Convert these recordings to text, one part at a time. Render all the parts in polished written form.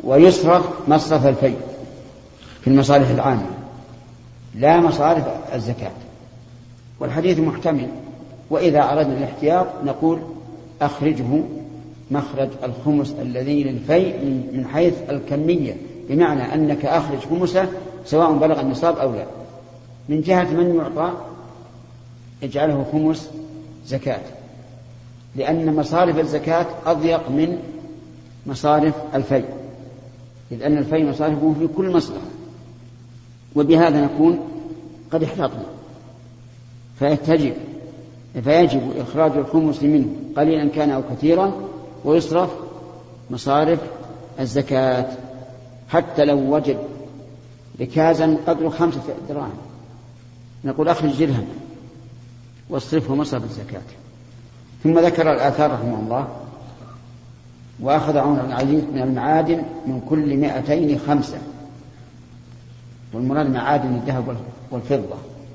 ويصرف مصرف الفي في المصالح العامة لا مصارف الزكاة. والحديث محتمل. وإذا أردنا الاحتياط نقول أخرجه مخرج الخمس الذي للفي من حيث الكمية، بمعنى أنك أخرج خمسه سواء بلغ النصاب أو لا. من جهة من يعطى اجعله خمس زكاة، لأن مصارف الزكاة أضيق من مصارف الفي، إذ أن الفي مصارفه في كل مصلحة. وبهذا نكون قد احتاطنا، فيجب إخراج الخمس منه قليلا كان أو كثيرا، ويصرف مصارف الزكاة. حتى لو وجد ركازا قدره 5 دراهم نقول أخرج درهم واصرفه مصرف الزكاة. ثم ذكر الآثار رحمه الله: وأخذ عمر بن العزيز من المعادن من كل 200 5. والمراد معادن الذهب والفضة.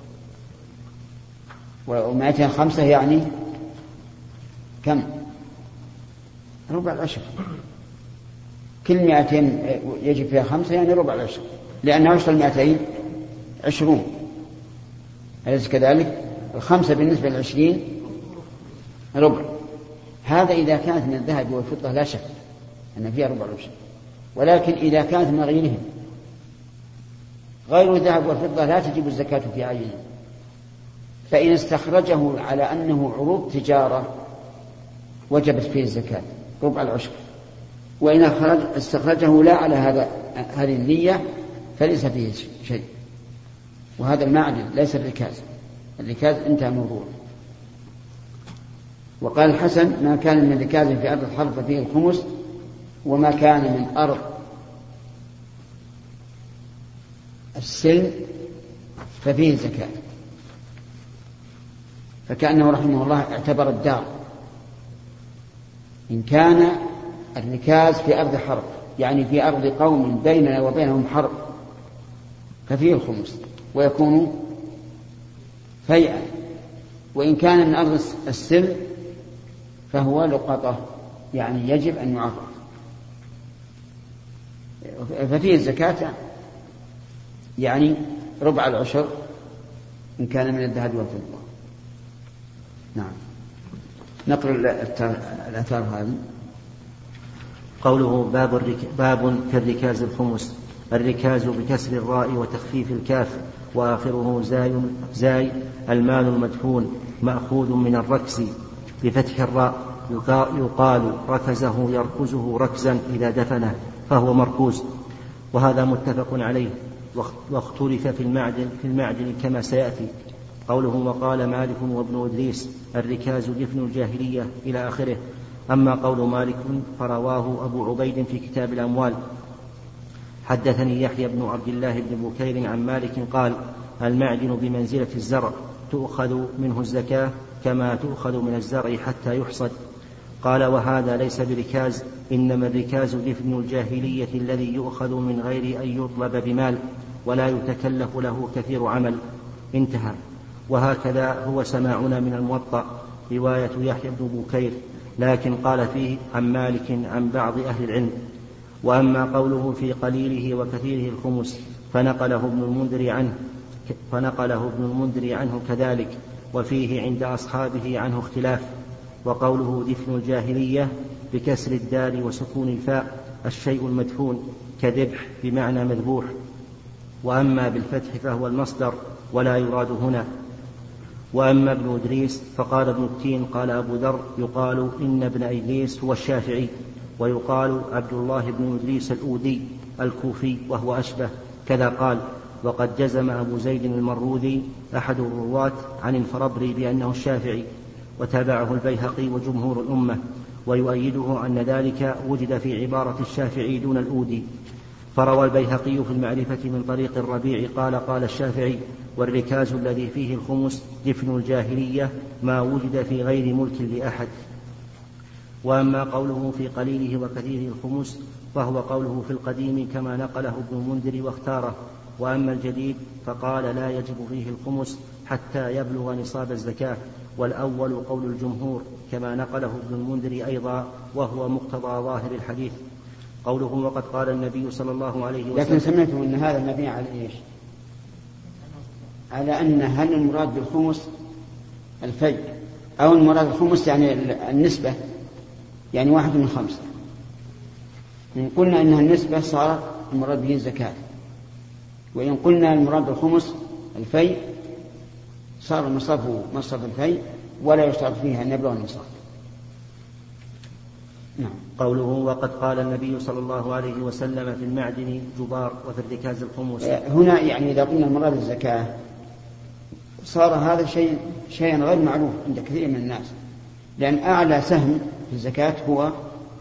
و200 5 يعني كم؟ ربع العشر. كل 200 يجب فيها 5 يعني ربع العشر، لأن عشر 200 20. أليس كذلك؟ 5 بالنسبة ل20 ربع. هذا إذا كانت من الذهب والفضة لا شك أن فيها ربع العشر، ولكن إذا كانت من غيرهم غير الذهب والفضة لا تجب الزكاة في عينه. فإن استخرجه على أنه عروض تجارة وجبت فيه الزكاة ربع العشر، وإن استخرجه لا على هذه النية فليس فيه شيء. وهذا المعدن ليس الركاز، الركاز انتهى موضوع. وقال الحسن: ما كان من ركاز في أرض الحرب ففيه الخمس، وما كان من أرض السلم ففيه الزكاة. فكأنه رحمه الله اعتبر الدار. إن كان الركاز في أرض حرب يعني في أرض قوم بيننا وبينهم حرب ففيه الخمس ويكون فيئا. وإن كان من أرض السلم فهو لقطة يعني يجب أن يعرف، ففيه الزكاة يعني ربع العشر إن كان من الذهب والفضة. نعم. نقرأ الآثار هذه. قوله باب في الركاز الخمس. الركاز بكسر الراء وتخفيف الكاف وآخره زاي المال المدفون مأخوذ من الركز بفتح الراء، يقال ركزه يركزه ركزا إذا دفنه فهو مركوز. وهذا متفق عليه. واختلف في المعدن كما سيأتي. قوله: وقال مالك وابن إدريس الركاز دفن الجاهلية إلى آخره. أما قول مالك فرواه أبو عبيد في كتاب الأموال. حدثني يحيى بن عبد الله بن بكير عن مالك قال: المعدن بمنزلة الزرع تؤخذ منه الزكاة كما تؤخذ من الزرع حتى يحصد. قال: وهذا ليس بركاز، إنما الركاز دفن الجاهلية الذي يؤخذ من غير أن يطلب بمال ولا يتكلف له كثير عمل. انتهى. وهكذا هو سماعنا من الموطأ رواية يحيى بن بكير، لكن قال فيه عن مالك عن بعض أهل العلم. وأما قوله في قليله وكثيره الخمس فنقله ابن المنذر عنه كذلك، وفيه عند أصحابه عنه اختلاف. وقوله دفن الجاهلية بكسر الدال وسكون الفاء الشيء المدفون كذبح بمعنى مذبوح. وأما بالفتح فهو المصدر ولا يراد هنا. وأما ابن إدريس فقال ابن التين قال أبو ذر يقال إن ابن إدريس هو الشافعي، ويقال عبد الله بن إدريس الأودي الكوفي وهو أشبه كذا قال. وقد جزم أبو زيد المروذي أحد الرواة عن الفربري بأنه الشافعي، وتابعه البيهقي وجمهور الأمة، ويؤيده أن ذلك وجد في عبارة الشافعي دون الأودي. فروى البيهقي في المعرفة من طريق الربيع قال الشافعي: والركاز الذي فيه الخمس دفن الجاهلية ما وجد في غير ملك لأحد. وأما قوله في قليله وكثيره الخمس فهو قوله في القديم كما نقله ابن المنذر واختاره. وأما الجديد فقال لا يجب فيه الخمس حتى يبلغ نصاب الزكاة، والأول قول الجمهور كما نقله ابن المنذر أيضا، وهو مقتضى ظاهر الحديث. قوله وقد قال النبي صلى الله عليه وسلم. لكن سمعتم أن هذا مبني على إيش؟ على أن هل المراد بالخمس الفي أو المراد بالخمس يعني النسبة، يعني 1/5. إن قلنا إنها النسبة صار المراد به الزكاة، وإن قلنا المراد بالخمس الفي صار مصرفه مصرف الفي ولا يشترط فيها النبل والنصاب. نعم. قوله وقد قال النبي صلى الله عليه وسلم في المعدن جبار وفي الركاز الخمس. هنا يعني إذا قلنا المراد الزكاة صار هذا شيئا غير معروف عند كثير من الناس، لأن أعلى سهم في الزكاة هو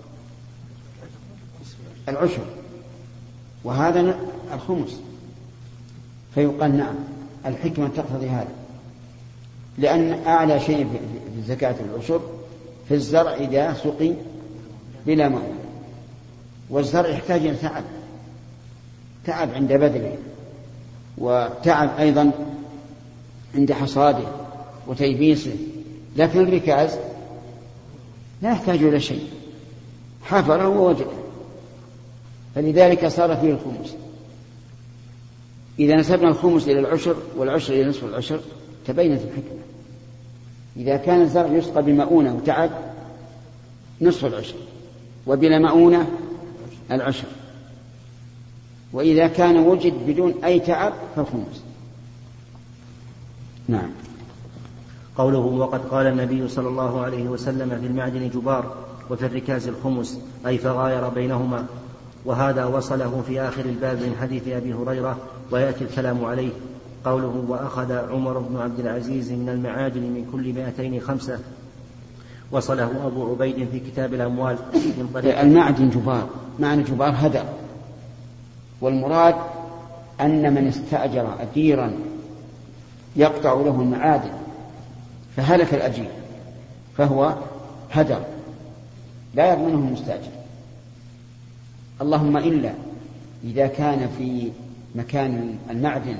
العشر، وهذا الخمس، فيقال نعم الحكمة تقتضي هذا، لأن أعلى شيء في الزكاة العشر في الزرع إذا سقي بلا ماء، والزرع يحتاج إلى تعب عند بذله، وتعب أيضا عند حصاده وتيبيسه، لكن الركاز لا يحتاج إلى شيء، حفره ووجده، فلذلك صار فيه الخمس. إذا نسبنا الخمس إلى العشر والعشر إلى نصف العشر تبينت الحكمة. إذا كان الزرع يسقى بمؤونة وتعب نصف العشر، وبلا مؤونة العشر، وإذا كان وجد بدون أي تعب فالخمس. نعم. قوله وقد قال النبي صلى الله عليه وسلم في المعدن جبار وفي الركاز الخمس، أي فغاير بينهما، وهذا وصله في آخر الباب من حديث أبي هريرة ويأتي الكلام عليه. قوله وأخذ عمر بن عبد العزيز من المعادن من كل 200 5، وصله أبو عبيد في كتاب الأموال من طريق. المعدن جبار، معنى جبار هدر، والمراد أن من استأجر أجيرا يقطع له المعادن فهلك الأجير فهو هدر لا يضمنه المستأجر، اللهم إلا إذا كان في مكان المعدن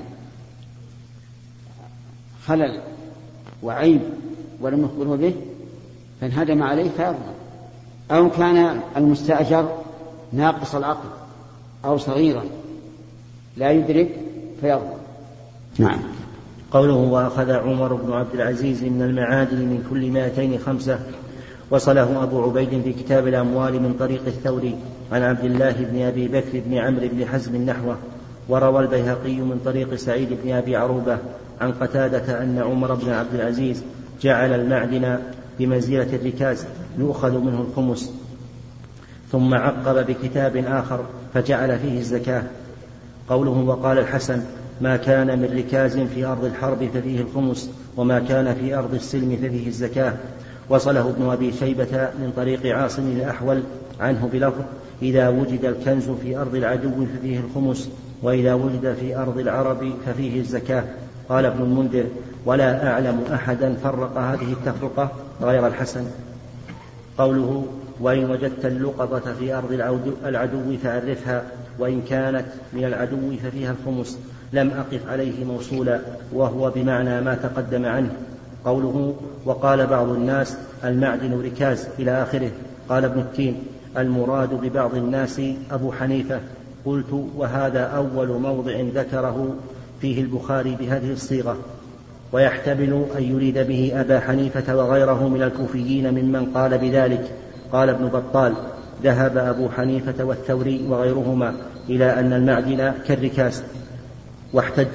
خلل وعيب ولم يخبره به فانهدم عليه فيضمن، أو كان المستأجر ناقص العقل أو صغيرا لا يدرك فيضمن. نعم. قوله وأخذ عمر بن عبد العزيز من المعادن من كل 200 5، وصله أبو عبيد في كتاب الأموال من طريق الثوري عن عبد الله بن أبي بكر بن عمرو بن حزم نحوه. وروى البيهقي من طريق سعيد بن أبي عروبة عن قتادة أن عمر بن عبد العزيز جعل المعدن بمنزلة الركاز يؤخذ منه الخمس، ثم عقب بكتاب آخر فجعل فيه الزكاة. قوله وقال الحسن ما كان من ركاز في أرض الحرب ففيه الخمس، وما كان في أرض السلم ففيه الزكاة. وصله ابن أبي شيبة من طريق عاصم الأحول عنه بلفظ إذا وجد الكنز في أرض العدو ففيه الخمس، وإذا وجد في أرض العرب ففيه الزكاة. قال ابن المنذر ولا أعلم أحدا فرق هذه التفرقة غير الحسن. قوله وإن وجدت اللقطة في أرض العدو فعرفها، وإن كانت من العدو ففيها الخمس، لم أقف عليه موصولا، وهو بمعنى ما تقدم عنه. قوله وقال بعض الناس المعدن ركاز إلى آخره. قال ابن التين المراد ببعض الناس أبو حنيفة. قلت وهذا أول موضع ذكره فيه البخاري بهذه الصيغة، ويحتمل أن يريد به أبا حنيفة وغيره من الكوفيين ممن قال بذلك. قال ابن بطال ذهب أبو حنيفة والثوري وغيرهما إلى أن المعدن كالركاز، واحتج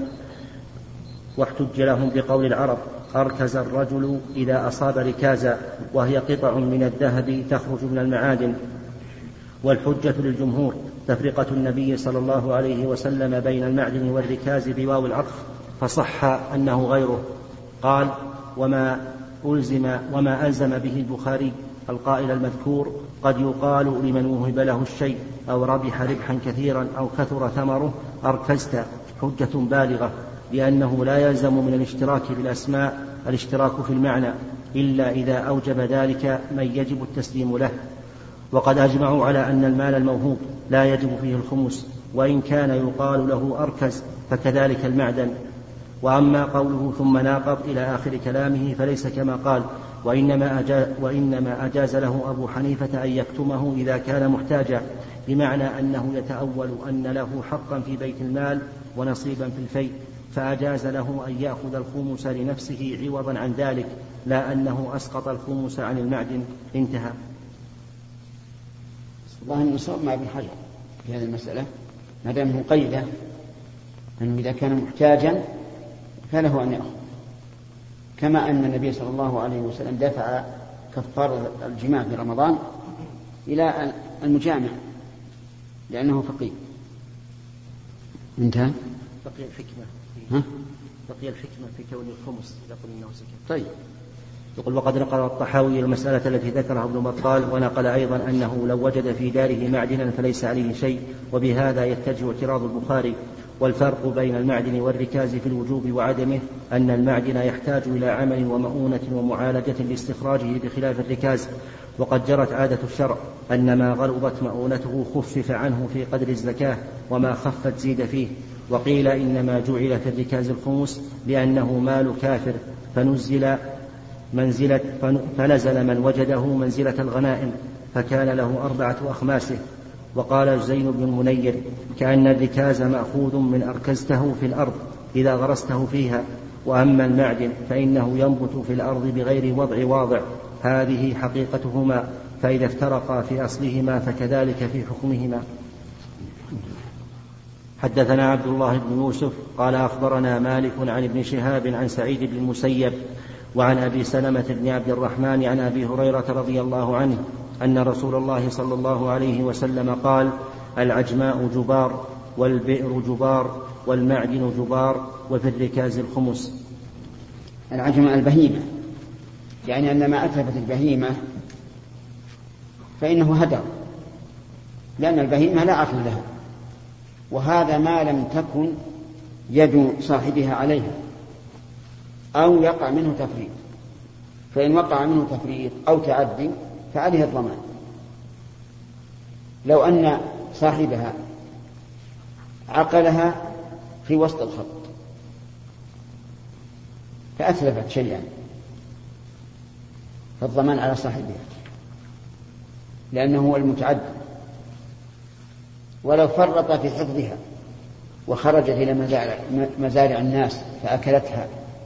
لهم بقول العرب أركز الرجل إذا أصاب ركازا، وهي قطع من الذهب تخرج من المعادن. والحجة للجمهور تفرقة النبي صلى الله عليه وسلم بين المعدن والركاز بواو العطف، فصح أنه غيره. قال وما ألزم به البخاري القائل المذكور قد يقال لمن وهب له الشيء أو ربح ربحا كثيرا أو كثر ثمره أركزت، حجة بالغة، لأنه لا يلزم من الاشتراك بالأسماء الاشتراك في المعنى إلا إذا أوجب ذلك من يجب التسليم له. وقد أجمعوا على أن المال الموهوب لا يجب فيه الخمس، وإن كان يقال له أركز فكذلك المعدن. وأما قوله ثم ناقض إلى آخر كلامه فليس كما قال، وإنما أجاز له أبو حنيفة أن يكتمه إذا كان محتاجا، بمعنى أنه يتأول أن له حقا في بيت المال ونصيبا في الفيء، فأجاز له أن يأخذ الخمس لنفسه عوضا عن ذلك، لا أنه أسقط الخمس عن المعدن. انتهى. والله النصاب مع ابن حجر في هذه المسألة ما دام مقيدة أنه إذا كان محتاجا فله أن يأخذ، كما أن النبي صلى الله عليه وسلم دفع كفارة الجماع في رمضان إلى المجامع لأنه فقير. انتهى. بقي الحكمة في كون الخمس إذا قلنا سكت. طيب. يقول: وقد نقل الطحاوي المسألة التي ذكرها ابن بطال، ونقل أيضا أنه لو وجد في داره معدنا فليس عليه شيء، وبهذا يتجه اعتراض البخاري. والفرق بين المعدن والركاز في الوجوب وعدمه أن المعدن يحتاج إلى عمل ومؤونة ومعالجة لاستخراجه بخلاف الركاز. وقد جرت عادة الشرع أن ما غلبت مؤونته خفف عنه في قدر الزكاة، وما خفت زيد فيه. وقيل إنما جعل في الركاز الخمس لأنه مال كافر فنزل من وجده منزلة الغنائم، فكان له 4 أخماسه. وقال زين بن المنير: كأن الركاز مأخوذ من أركزته في الأرض إذا غرسته فيها، وأما المعدن فإنه ينبت في الأرض بغير وضع واضع. هذه حقيقتهما، فإذا افترقا في أصلهما فكذلك في حكمهما. حدثنا عبد الله بن يوسف قال أخبرنا مالك عن ابن شهاب عن سعيد بن المسيب وعن أبي سلمة بن عبد الرحمن عن أبي هريرة رضي الله عنه أن رسول الله صلى الله عليه وسلم قال: العجماء جبار، والبئر جبار، والمعدن جبار، وفي الركاز الخمس. العجماء البهيمة، يعني أن ما أتلفت البهيمة فإنه هدر، لأن البهيمة لا عقل لها، وهذا ما لم تكن يد صاحبها عليها أو يقع منه تفريط، فإن وقع منه تفريط أو تعدي فعليه الضمان. لو أن صاحبها عقلها في وسط الخط فأتلفت شيئا فالضمان على صاحبها لأنه هو المتعدي. ولو فرط في حفظها وخرجت إلى مزارع الناس فأكلتها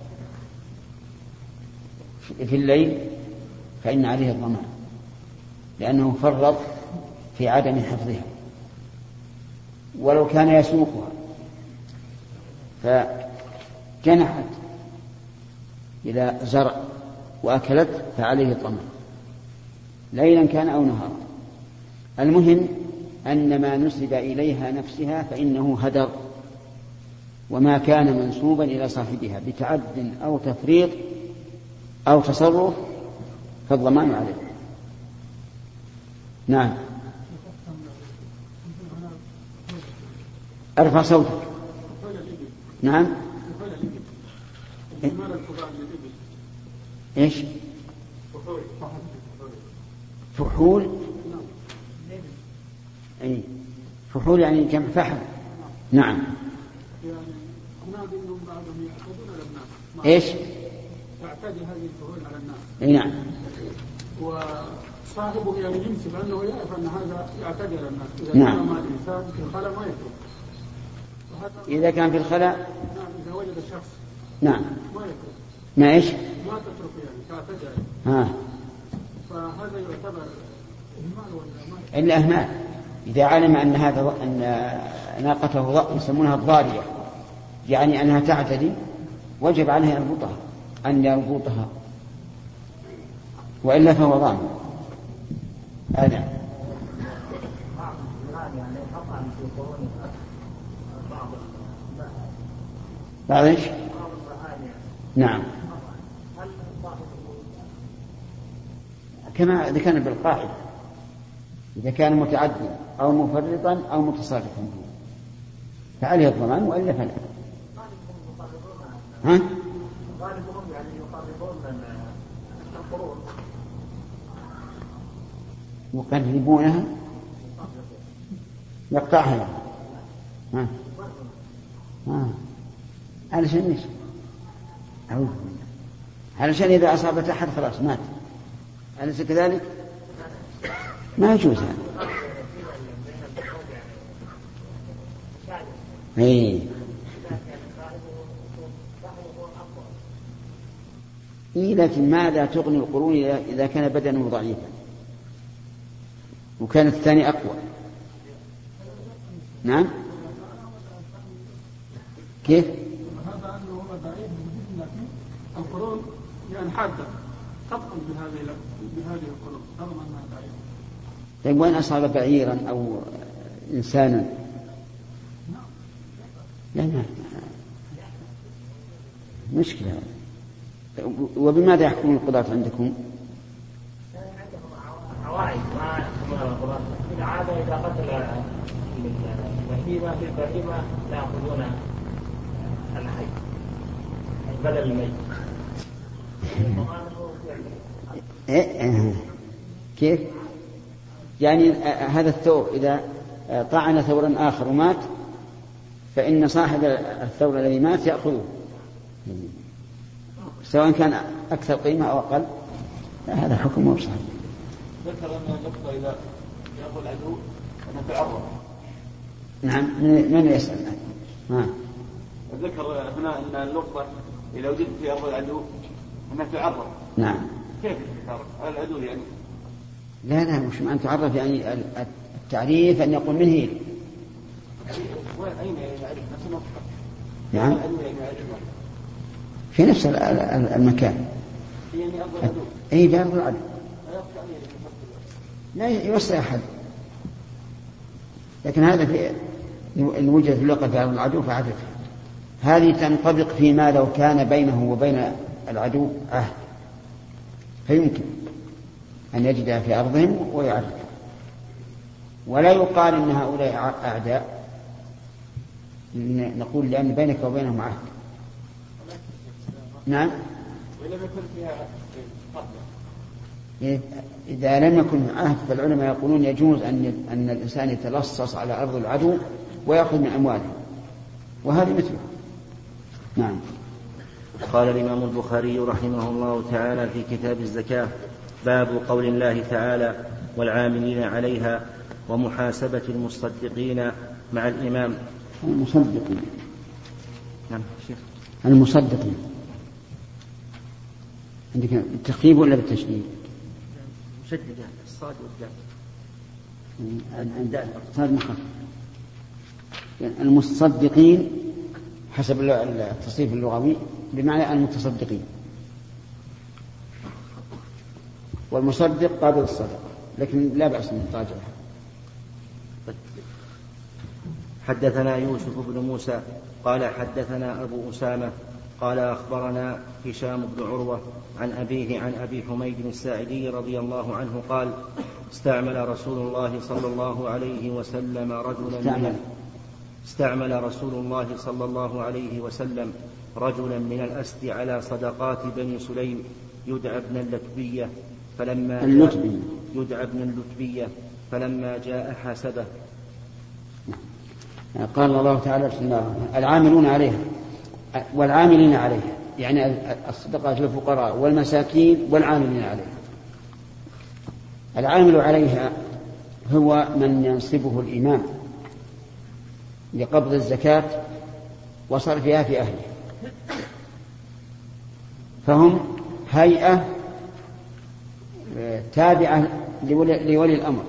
في الليل فإن عليه الضمان، لأنه فرط في عدم حفظها. ولو كان يسوقها فجنحت إلى زرع وأكلت فعليه الضمان ليلا كان أو نهارا. المهم أن ما نسب إليها نفسها فإنه هدر، وما كان منسوبا إلى صاحبها بتعد أو تفريط أو تصرف فالضمان عليه. نعم. أرفع صوتك. نعم. إيش؟ فحول. أي فحول يعني جمع فحل. نعم. إيش؟ تعتدي هذه الفحول على الناس. أي نعم. وصاحبه يعني يمسك أنه يعرف أن هذا يعتدي على الناس. إذا نعم. كان مع الإنسان في الخلاء ما يترك. إذا كان في الخلاء. نعم. إذا وجد الشخص. نعم. ما يترك. ما إيش؟ ما تترك يعني تعتدي. فهذا يعتبر إهمال ولا ما؟ إلا إهمال. إذا علم أن هذا أن ناقته يسمونها الضارية، يعني أنها تعتدي، وجب عليه أن يربطها وإلا فهو ضامن. هذا بعض إيش؟ نعم. كما ذكرنا بالقاعدة، إذا كان متعديا أو مفرطا أو متصرفا فعليه الضمان وإلا فلا. ها؟ يقربونها يقطعها. علشان ايش؟ أعوذ بالله. علشان إذا أصابت أحد خلاص مات. أليس كذلك؟ ما يجوز هذا. لكن ماذا تغني القرون إذا كان بدنه ضعيفا وكان الثاني أقوى؟ نعم. كيف؟ هذا أنه هو ضعيف لكن القرون يعني حادة تبطل بهذه القرون رغم أنها ضعيفة. طيب وين أصاب بعيرا أو إنسانا؟ لا مشكلة. وبماذا يحكمون القضاة عندكم؟ عوائد ما يحكمون القضاة. العادة إذا قتل البهيمة في البهيمة لا يأخذون الحي بدل الميت. كيف؟ يعني هذا الثور إذا طعن ثورا آخر ومات فإن صاحب الثور الذي مات يأخذه سواء كان أكثر قيمة أو أقل. هذا حكم مو صحيح. ذكر أن اللقطة إذا يأخذ العدو أنها تعرض. نعم. من يسأل؟ ذكر هنا أن اللقطة إذا وجدت في أرض العدو أنها تعرض. نعم. كيف تعرض؟ العدو يعني؟ لا مش معنى تعرف يعني التعريف أن يقول من هي. أين يعرف نفس النقطة؟ نعم. في نفس المكان. يعني أرض العدو. أي بأرض العدو. لا يوسع أحد. لكن هذا في إن وجد اللقطة في أرض العدو فعرف. هذه تنطبق فيما لو كان بينه وبين العدو عهد فيمكن أن يجدها في أرضهم ويعرف. ولا يقال إن هؤلاء أعداء، نقول لأن بينك وبينهم عهد. نعم. وإذا يكون فيها إذا لم يكن عهد فالعلماء يقولون يجوز أن الإنسان يتلصص على أرض العدو ويأخذ من أمواله، وهذا مثله. نعم. قال الإمام البخاري رحمه الله تعالى في كتاب الزكاة: باب قول الله تعالى: والعاملين عليها ومحاسبة المصدقين مع الإمام. المصدقين. نعم شيخ. المصدقين عندك التخفيف ولا بالتشديد؟ شدد الصاد والدال. صاد مخفف. المصدقين حسب التصريف اللغوي بمعنى المتصدقين، والمصدق قابل الصدقة، لكن لا بأس من تراجعها. حدثنا يوسف بن موسى قال حدثنا أبو أسامة قال أخبرنا هشام بن عروة عن أبيه عن أبي حميد الساعدي رضي الله عنه قال: استعمل رسول الله صلى الله عليه وسلم رجلا من الأسد على صدقات بني سليم يدعى ابن اللتبية فلما جاء حاسبه. قال الله تعالى: العاملون عليها والعاملين عليها، يعني الصدقات للفقراء والمساكين والعاملين عليها. العامل عليها هو من ينصبه الإمام لقبض الزكاة وصرفها في أهله، فهم هيئة تابعة لولي الأمر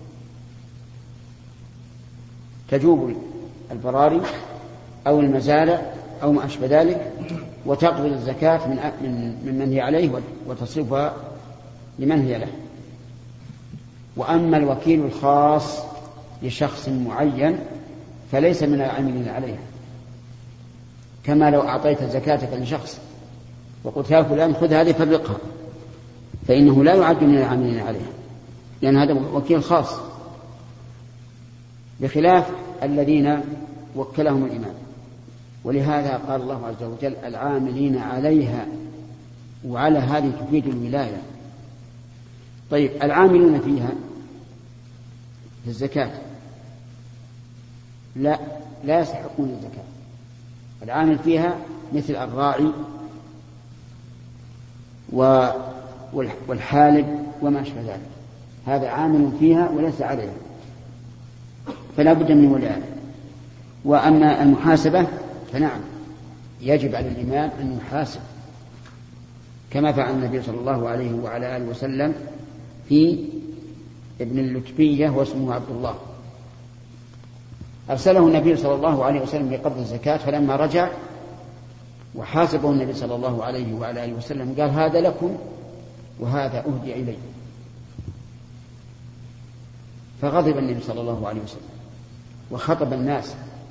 تجوب البراري أو المزارع أو ما أشبه ذلك، وتقبض الزكاة من هي عليه وتصرفها لمن هي له. وأما الوكيل الخاص لشخص معين فليس من العاملين عليها، كما لو أعطيت زكاتك لشخص وقلت: يا فلان خذ هذه فرقها، فإنه لا يعد من العاملين عليها، لأن هذا وكيل خاص، بخلاف الذين وكلهم الإمام. ولهذا قال الله عز وجل: العاملين عليها، وعلى هذه تفيد الولاية. طيب، العاملون فيها في الزكاة لا يستحقون الزكاة. العامل فيها مثل الراعي والحالب وما أشبه ذلك، هذا عامل فيها وليس عليها، فلا بد من ولاء. وأما المحاسبة فنعم يجب على الإمام أن يحاسب كما فعل النبي صلى الله عليه وعلى آله وسلم في ابن اللتبية واسمه عبد الله، أرسله النبي صلى الله عليه وسلم لقبض الزكاة، فلما رجع وحاسبه النبي صلى الله عليه وعلى آله وسلم قال هذا لكم وهذا أهدي إلي، فغضب النبي صلى الله عليه وسلم وخطب الناس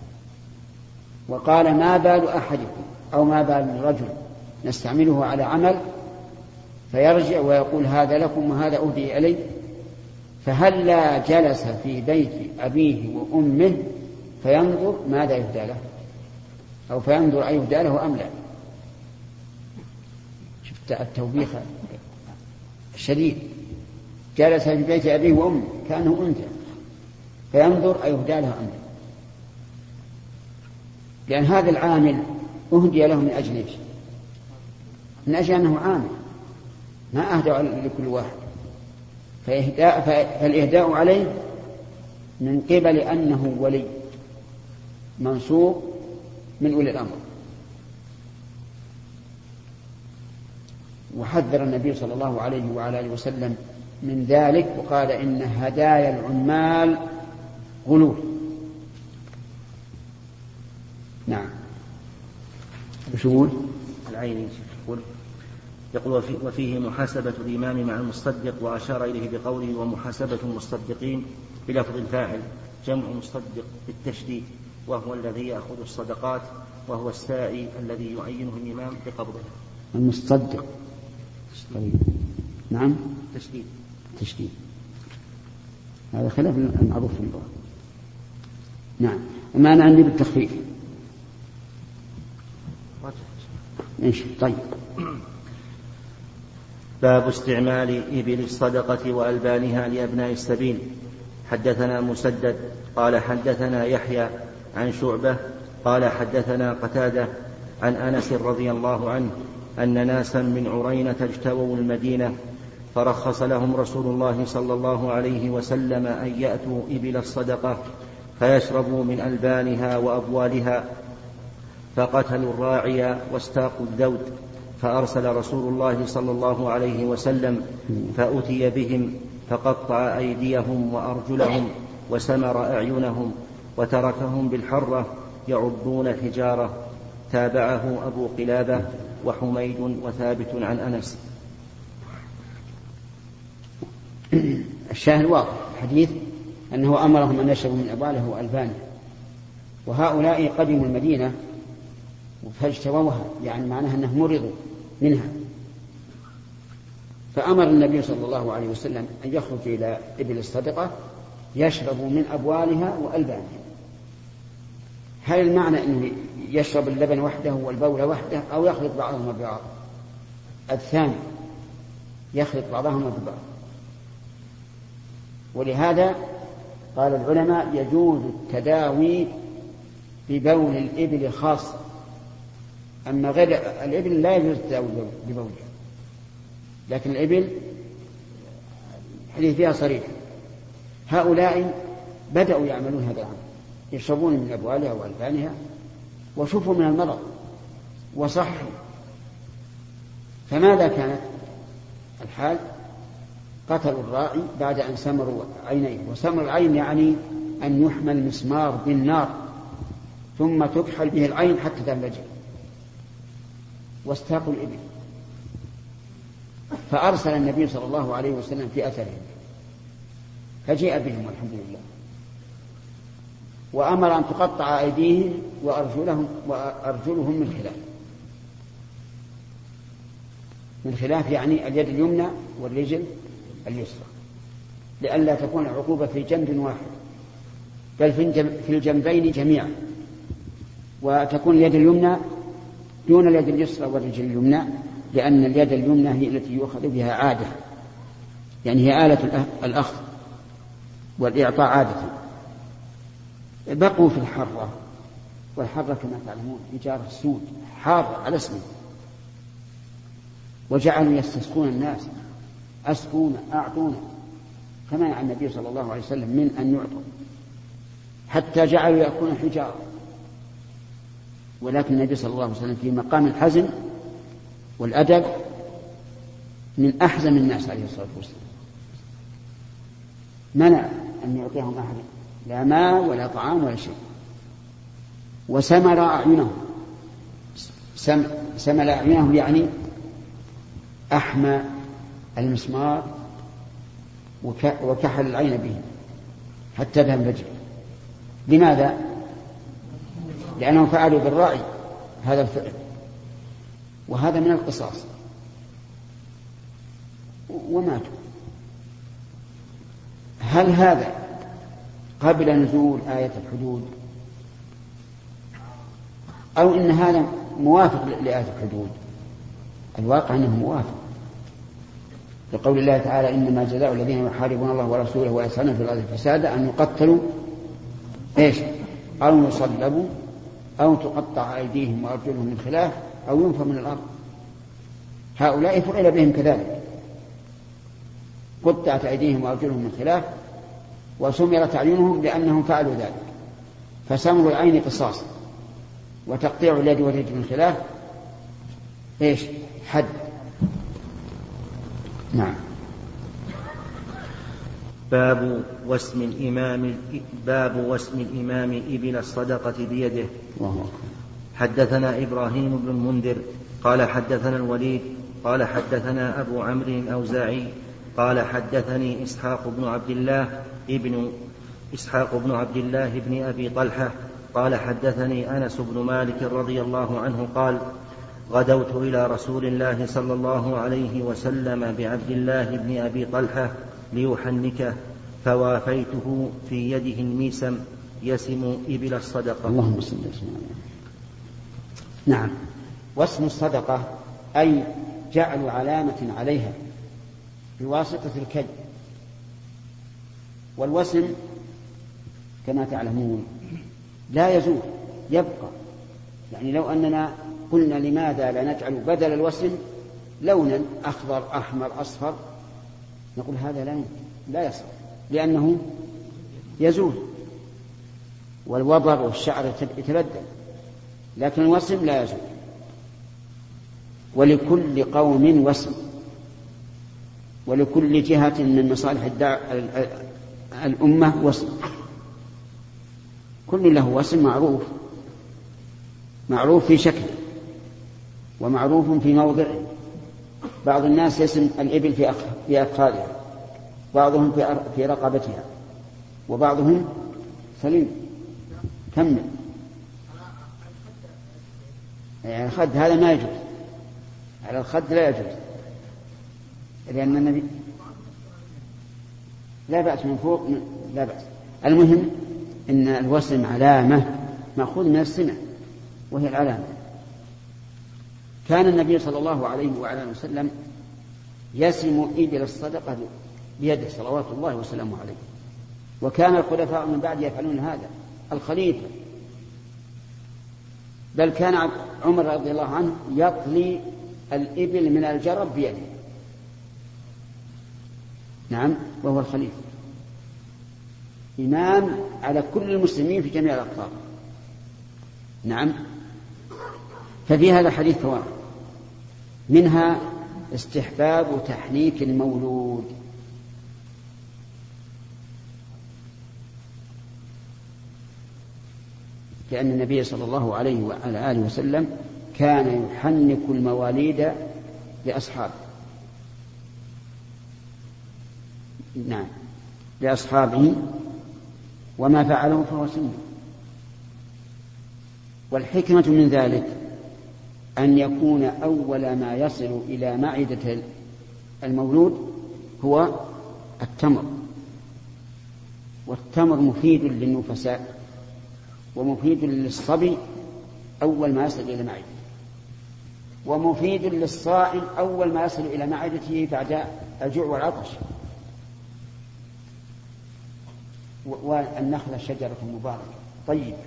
وقال ما بال أحدكم أو ما بال رجل نستعمله على عمل فيرجع ويقول هذا لكم وهذا أهدي إلي، فهلا جلس في بيت أبيه وأمه فينظر ماذا يهدى له أو فينظر أن يهدى له أم لا. شفت التوبيخ الشديد، جلس في بيت أبيه وأمه كأنه أنثى فينظر أن يهدى له أم لا، لأن هذا العامل أهدي له من أجل إيش؟ من أجل أنه عامل، ما أهدى لكل واحد، فالإهداء عليه من قبل أنه ولي منصوب من أولي الأمر. وحذر النبي صلى الله عليه وعلى آله وسلم من ذلك وقال إن هدايا العمال غلول. نعم. بشمول العين يقول وفيه محاسبة الإمام مع المصدق، وأشار إليه بقوله ومحاسبة المصدقين بلفظ الفاعل، جمع مصدق بالتشديد، وهو الذي يأخذ الصدقات، وهو الساعي الذي يعينه الإمام بقبضه. المصدق نعم تشديد هذا خلاف المعروف في اللغة. نعم. وما أنا عندي بالتخفيف. طيب. باب استعمال إبل الصدقة وألبانها لأبناء السبيل. حدثنا مسدد قال حدثنا يحيى عن شعبة قال حدثنا قتادة عن أنس رضي الله عنه أن ناسا من عرينة اجتووا المدينة فرخص لهم رسول الله صلى الله عليه وسلم أن يأتوا إبل الصدقة فيشربوا من ألبانها وأبوالها، فقتلوا الراعي واستاقوا الذود، فأرسل رسول الله صلى الله عليه وسلم فأتي بهم فقطع أيديهم وأرجلهم وسمر أعينهم وتركهم بالحرة يعضون الحجارة. تابعه أبو قلابة وحميد وثابت عن أنس. الشاهد واضح الحديث أنه أمرهم أن يشربوا من أبواله وألبانه، وهؤلاء قدموا المدينة فاجتووها، يعني معناها أنهم مرضوا منها، فأمر النبي صلى الله عليه وسلم أن يخرج إلى إبل الصدقة يشربوا من أبوالها وألبانها. هل المعنى أنه يشرب اللبن وحده والبول وحده أو يخلط بعضهما ببعض؟ الثاني يخلط بعضهما ببعض. ولهذا قال العلماء يجوز التداوي ببول الإبل خاصة، أما غير الإبل لا يجوز التداوي ببولها، لكن الإبل الحديث فيها صريح. هؤلاء بدأوا يعملون هذا العمل، يشربون من أبوالها وألبانها وشوفوا من المرض وصحوا. فماذا كانت الحال؟ قتلوا الراعي بعد أن سمروا عينيه، وسمر العين يعني أن يحمل مسمار بالنار ثم تكحل به العين حتى تنفجر، واستاقوا الإبل. فأرسل النبي صلى الله عليه وسلم في أثرهم فجيء بهم والحمد لله، وأمر أن تقطع أيديهم وأرجلهم من خلاف يعني اليد اليمنى والرجل اليسرى، لئلا تكون العقوبة في جنب واحد بل في الجنبين جميعا، وتكون اليد اليمنى دون اليد اليسرى والرجل اليمنى، لأن اليد اليمنى هي التي يؤخذ بها عادة، يعني هي آلة الأخذ والإعطاء عادة. بقوا في الحرة، والحرة كما تعلمون حجارة السود حارة على اسمه، وجعلوا يستسقون الناس: أسقونا، أعطونا، فمنع النبي صلى الله عليه وسلم من أن يعطوا، حتى جعلوا يأكلون حجارة. ولكن النبي صلى الله عليه وسلم في مقام الحزم والأدب من أحزم الناس عليه الصلاة والسلام، منع أن يعطيهم أحد لا ماء ولا طعام ولا شيء. وسمر أعينهم، سمل أعينهم يعني أحمى المسمار وكحل العين به حتى تنفجر. لماذا؟ لأنهم فعلوا بالرأي هذا الفعل، وهذا من القصاص، وماتوا. هل هذا قبل نزول آية الحدود، أو إن هذا موافق لآية الحدود؟ الواقع أنه موافق لقول الله تعالى: إنما جزاء الذين يحاربون الله ورسوله ويسعون في الأرض فسادا أن يقتلوا أو يصلبوا أو تقطع أيديهم وأرجلهم من خلاف أو ينفوا من الأرض. هؤلاء فعل بهم كذلك، قطعت أيديهم وأرجلهم من خلاف وسمرت أعينهم لأنهم فعلوا ذلك. فسمر العين قصاص، وتقطيع اليد والرجل من خلاف حد. نعم. باب وسم الإمام إبل الصدقة بيده. حدثنا إبراهيم بن المنذر قال حدثنا الوليد قال حدثنا أبو عمرو الأوزاعي قال حدثني إسحاق بن عبد الله بن أبي طلحة قال حدثني أنس بن مالك رضي الله عنه قال: غدوت إلى رسول الله صلى الله عليه وسلم بعبد الله بن أبي طلحة ليحنكه، فوافيته في يده الميسم يسم إبل الصدقة. اللهم صل وسلم. نعم. واسم الصدقة أي جعل علامة عليها بواسطة الكي. والوسم كما تعلمون لا يزول، يبقى. يعني لو أننا قلنا لماذا لا نجعل بدل الوسم لونا أخضر أحمر أصفر، نقول هذا لا يصح، لأنه يزول والوبر والشعر يتبدل، لكن الوسم لا يزول. ولكل قوم وسم، ولكل جهة من مصالح الأمة وسم، كل له وسم معروف في شكله ومعروف في موضعه. بعض الناس يسم الإبل في أفخاذها، بعضهم في رقبتها، وبعضهم سليم. كمل. يعني الخد هذا ما يجوز، على الخد لا يجوز، لأن النبي لا بأس من فوق لا بأس. المهم إن الوسم علامة مأخوذ من السمع، وهي العلامة. كان النبي صلى الله عليه وعلى وسلم يسم إبل الصدقة بيده صلوات الله وسلامه عليه، وكان الخلفاء من بعد يفعلون هذا. الخليفة بل كان عمر رضي الله عنه يطلي الإبل من الجرب بيده. نعم، وهو الخليفة إمام على كل المسلمين في جميع الأقطار. نعم. ففي هذا الحديث فوائد، منها استحباب تحنيك المولود، لأن النبي صلى الله عليه وعلى آله وسلم كان يحنك المواليد لأصحابه. نعم، لأصحابه، وما فعله فهو سنة. والحكمة من ذلك أن يكون أول ما يصل إلى معدة المولود هو التمر، والتمر مفيد للنفساء ومفيد للصبي أول ما يصل إلى معدته، ومفيد للصائم أول ما يصل إلى معدته بعد الجوع والعطش. والنخلة شجرة مباركة طيب.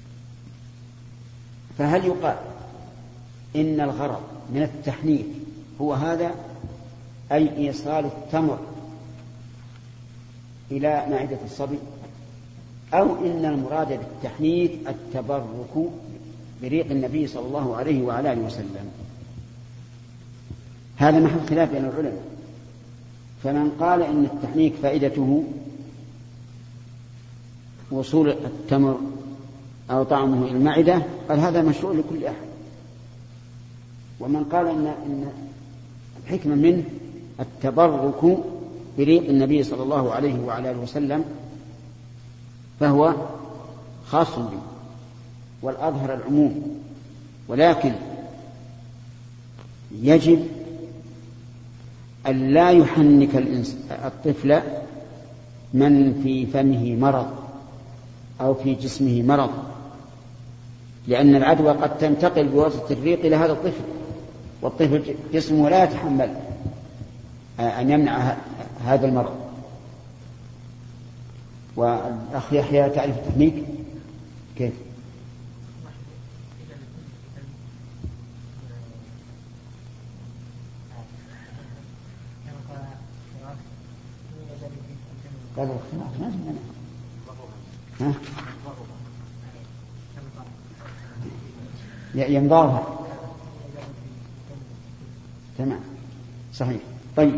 فهل يقال إن الغرض من التحنيك هو هذا، أي إيصال التمر إلى معدة الصبي، أو إن المراد بالتحنيك التبرك بريق النبي صلى الله عليه وعلى آله وسلم. هذا محل خلاف بين العلماء، فمن قال إن التحنيك فائدته وصول التمر أو طعمه إلى المعدة قال هذا مشروع لكل أحد، ومن قال إن الحكمة منه التبرك بريق النبي صلى الله عليه وعلى آله وسلم فهو خاص به، والأظهر العموم. ولكن يجب أن لا يحنك الطفل من في فمه مرض أو في جسمه مرض، لأن العدوى قد تنتقل بواسطة الريق إلى هذا الطفل، والطفل جسمه لا يتحمل أن يمنع هذا المرض. والأخ يحيى تعرف التحنيك كيف؟ قال ينظرها تمام صحيح. طيب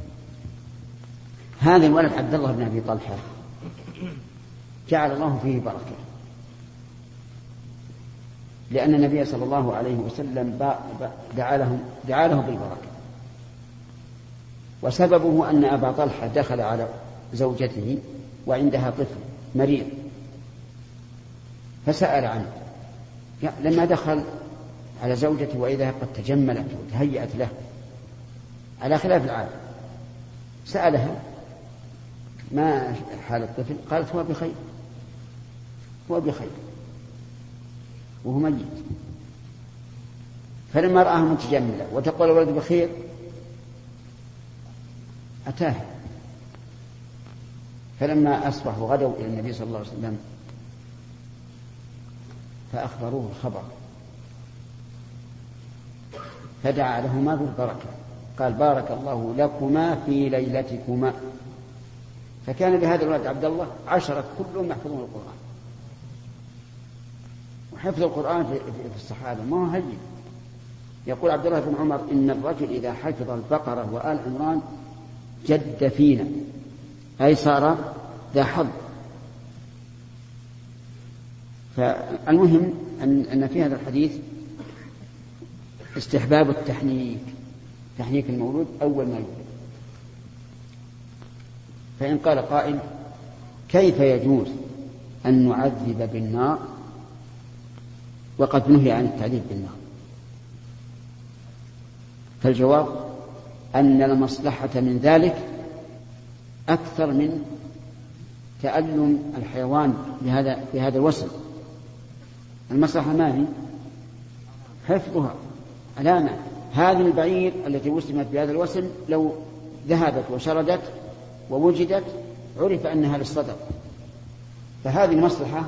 هذا الولد عبد الله بن أبي طلحة جعل الله فيه بركة، لأن النبي صلى الله عليه وسلم دعا له بالبركة، وسببه أن أبا طلحة دخل على زوجته وعندها طفل مريض فسأل عنه، لما دخل على زوجته وإذا قد تجملت وتهيأت له على خلاف العادة سألها ما حال الطفل؟ قالت هو بخير، هو بخير وهو ميت. فلما رآها متجملة وتقول الولد بخير أتاها، فلما أصبحوا غدوا إلى النبي صلى الله عليه وسلم فأخبروه الخبر فدعا لهما بالبركة، قال بارك الله لكما في ليلتكما. فكان لهذا الولد عبد الله 10 كلهم يحفظون القرآن، وحفظ القرآن في الصحابة ما هو هين. يقول عبد الله بن عمر إن الرجل إذا حفظ البقرة وآل عمران جد فينا، أي صار ذا حظ. فالمهم أن في هذا الحديث استحباب التحنيك، تحنيك المولود أول ما يولد. فإن قال قائل كيف يجوز أن نعذب بالنار وقد نهي عن التعذيب بالنار؟ فالجواب أن المصلحة من ذلك أكثر من تألم الحيوان بهذا الوسم. المصلحة ما هي؟ حفظها. علامة هذه البعير التي وسمت بهذا الوسم لو ذهبت وشردت ووجدت عرف أنها للصدق، فهذه المصلحة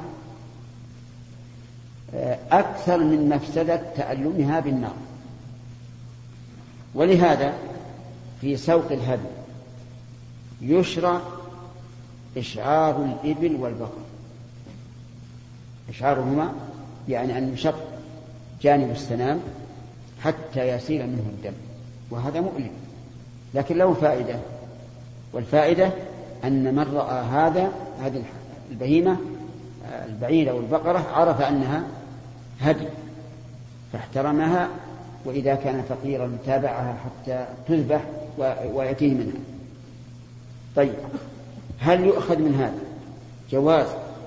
أكثر من مفسدة تألمها بالنار. ولهذا في سوق الهدي يشرع إشعار الإبل والبقر، إشعارهما يعني أن يشق جانب السنام حتى يسيل منه الدم، وهذا مؤلم لكن له فائدة، والفائدة أن من رأى هذه البهيمة البعيرة والبقرة عرف أنها هدي فاحترمها، وإذا كان فقيرا تابعها حتى تذبح ويأتيه منها. طيب هل يؤخذ من هذا جواز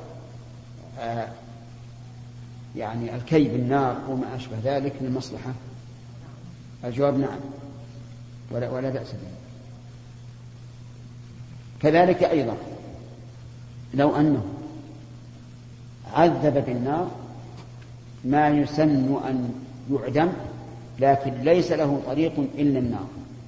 يعني الكي بالنار وما أشبه ذلك للمصلحة؟ الجواب نعم، ولا بأس به. كذلك أيضا لو أنه عذب بالنار ما يسن أن يعدم لكن ليس له طريق إلا النار،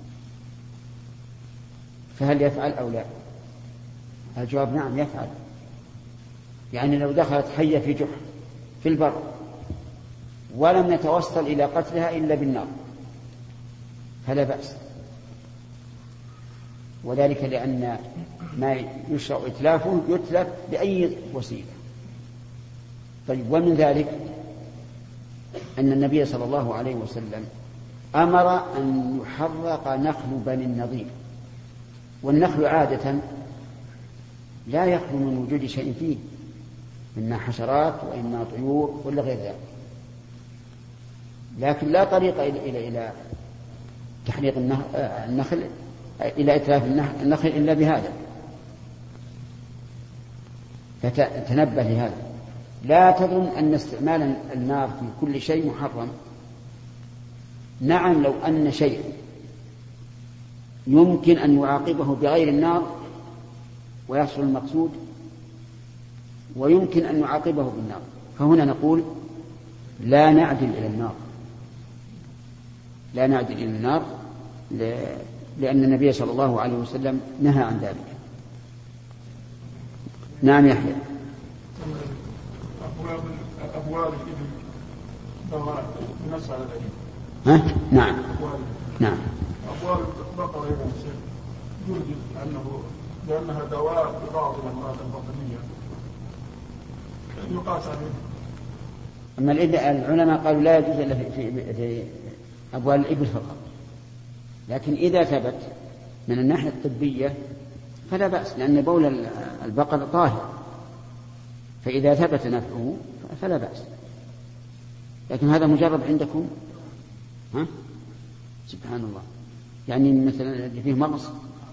فهل يفعل أو لا؟ الجواب نعم يفعل. يعني لو دخلت حية في جحر في البر ولم يتوصل إلى قتلها إلا بالنار فلا بأس، وذلك لأن ما يشرع إتلافه يتلف بأي وسيلة. طيب، ومن ذلك أن النبي صلى الله عليه وسلم أمر أن يحرق نخل بني النضير، والنخل عادة لا يخلو من وجود شيء فيه، إما حشرات وإما طيور ولا غير ذلك، لكن لا طريق إلى تحريق النخل، إلى إتلاف النخل إلا بهذا. فتنبه لهذا، لا تظن أن استعمال النار في كل شيء محرم. نعم، لو أن شيء يمكن أن يعاقبه بغير النار ويحصل المقصود، ويمكن أن يعاقبه بالنار، فهنا نقول لا نعدل إلى النار، لا نعدل إلى النار، لأن النبي صلى الله عليه وسلم نهى عن ذلك. نعم يحيى. أبواب الإبل نسأل عليه. ها؟ نعم. نعم. أبواب البقرة يوجد لأنها دواء لبعض الأمراض البطنية يقاس عليه. أما العلماء قالوا لا يجوز إلا في أبواب الإبل فقط، لكن إذا ثبت من الناحية الطبية فلا بأس، لأن بول البقر طاهر، فإذا ثبت نفعه فلا بأس. لكن هذا مجرب عندكم؟ ها؟ سبحان الله، يعني مثلا فيه مغص.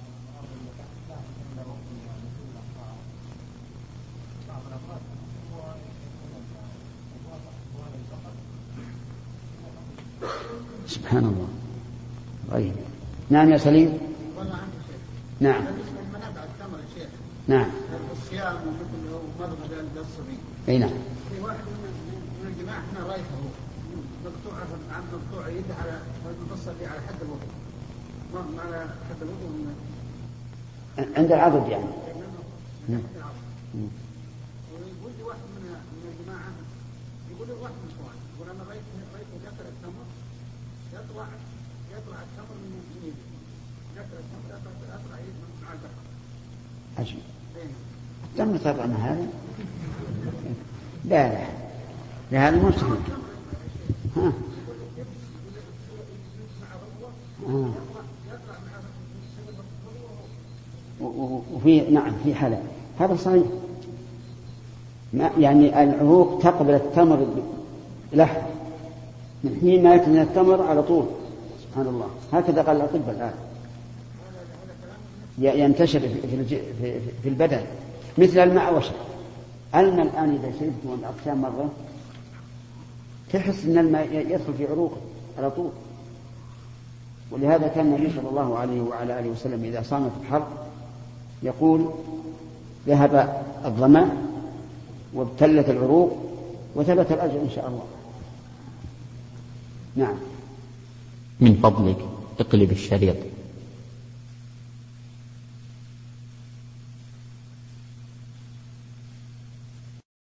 سبحان الله. طيب، نعم يا سليم. نعم. نعم. الصيام ومضغ للصبي. اي نعم. في واحد من الجماعة احنا رايحه مقطوعة عن مقطوعة يده على المفصل على حد الوضوء. ما على حد الوضوء عند العضد يعني. نعم. ويقول لي واحد من الجماعة، يقول لي واحد من الإخوان، يقول أنا رأيته يأكل التمر، يطلع التمر من يده، يأكل التمر يطلع يده مع البقر. عجيب. تم طبعا هذا؟ لا هذا مستحيل. ها. وفي نعم في حالة هذا صحيح، يعني العروق تقبل التمر لحظة من حين ما يأتي التمر على طول. سبحان الله، هكذا قال الأطباء الآن، ينتشر في البدن مثل الماء وشرب. الماء الآن إذا شربته الأقسام مرة تحس أن الماء يدخل في عروقه على طول. ولهذا كان النبي صلى الله عليه وعلى آله وسلم إذا صام في الحر يقول ذهب الظمأ وابتلت العروق وثبت الأجر إن شاء الله. نعم. من فضلك اقلب الشريط.